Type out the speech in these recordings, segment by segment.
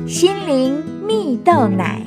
心灵蜜豆奶。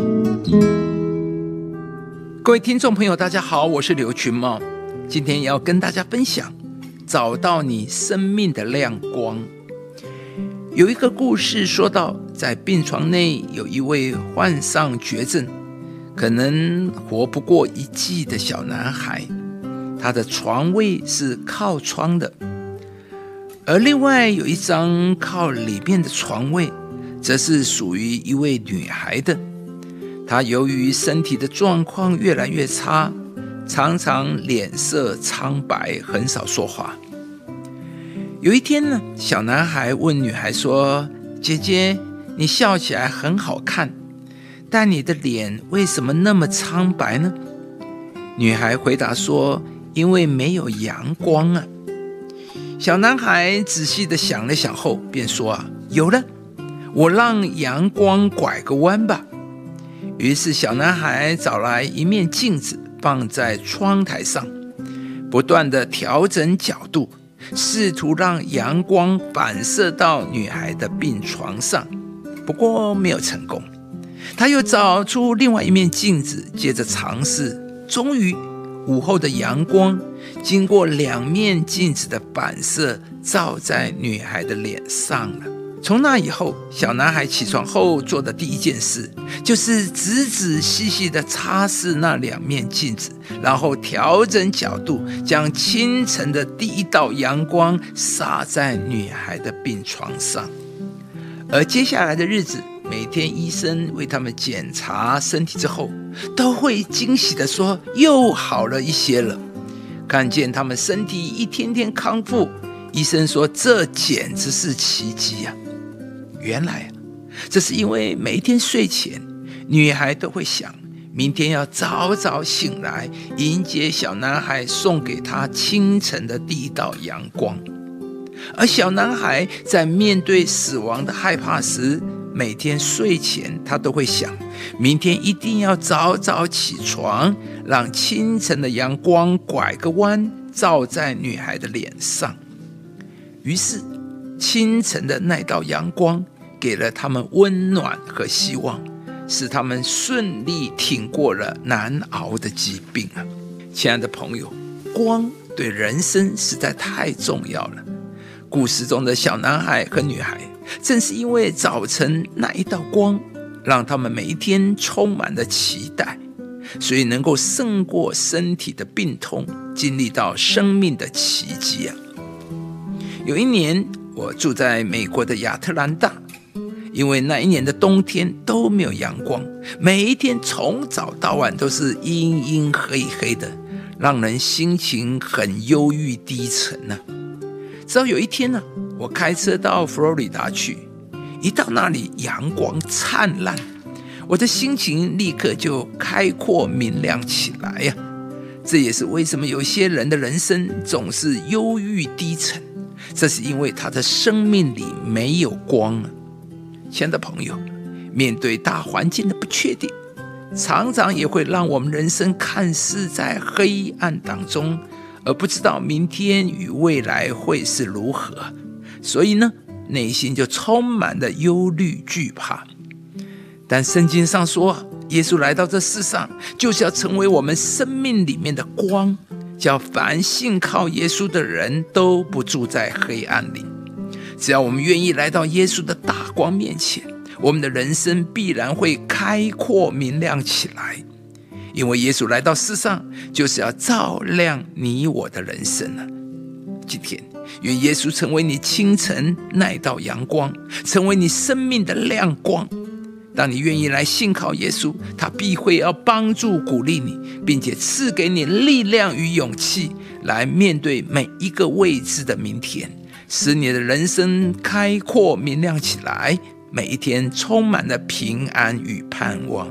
各位听众朋友大家好，我是刘群茂，今天要跟大家分享找到你生命的亮光。有一个故事说到，在病床内有一位患上绝症，可能活不过一季的小男孩，他的床位是靠窗的，而另外有一张靠里面的床位则是属于一位女孩的。她由于身体的状况越来越差，常常脸色苍白，很少说话。有一天呢，小男孩问女孩说：姐姐，你笑起来很好看，但你的脸为什么那么苍白呢？女孩回答说：因为没有阳光啊。小男孩仔细地想了想后便说：有了，我让阳光拐个弯吧。于是小男孩找来一面镜子放在窗台上，不断地调整角度，试图让阳光反射到女孩的病床上，不过没有成功。他又找出另外一面镜子，接着尝试，终于午后的阳光经过两面镜子的反射，照在女孩的脸上了。从那以后，小男孩起床后做的第一件事，就是仔仔细细地擦拭那两面镜子，然后调整角度，将清晨的第一道阳光洒在女孩的病床上。而接下来的日子，每天医生为他们检查身体之后，都会惊喜地说又好了一些了。看见他们身体一天天康复，医生说这简直是奇迹啊！原来这是因为每一天睡前，女孩都会想明天要早早醒来，迎接小男孩送给她清晨的第一道阳光。而小男孩在面对死亡的害怕时，每天睡前他都会想明天一定要早早起床，让清晨的阳光拐个弯，照在女孩的脸上。于是清晨的那道阳光给了他们温暖和希望，使他们顺利挺过了难熬的疾病啊！亲爱的朋友，光对人生实在太重要了。故事中的小男孩和女孩，正是因为早晨那一道光，让他们每一天充满了期待，所以能够胜过身体的病痛，经历到生命的奇迹啊！有一年，我住在美国的亚特兰大，因为那一年的冬天都没有阳光，每一天从早到晚都是阴阴黑黑的，让人心情很忧郁低沉啊。直到有一天呢，我开车到佛罗里达去，一到那里阳光灿烂，我的心情立刻就开阔明亮起来呀。这也是为什么有些人的人生总是忧郁低沉，这是因为他的生命里没有光啊。亲爱的朋友，面对大环境的不确定，常常也会让我们人生看似在黑暗当中，而不知道明天与未来会是如何，所以呢，内心就充满了忧虑惧怕。但圣经上说，耶稣来到这世上，就是要成为我们生命里面的光，叫凡信靠耶稣的人都不住在黑暗里。只要我们愿意来到耶稣的大光面前，我们的人生必然会开阔明亮起来。因为耶稣来到世上，就是要照亮你我的人生啊！今天，愿耶稣成为你清晨那道阳光，成为你生命的亮光。当你愿意来信靠耶稣，他必会要帮助鼓励你，并且赐给你力量与勇气，来面对每一个未知的明天，使你的人生开阔明亮起来，每一天充满了平安与盼望。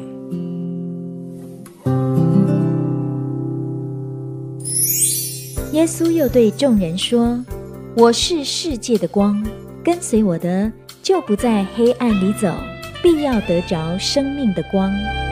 耶稣又对众人说：我是世界的光，跟随我的就不在黑暗里走，必要得着生命的光。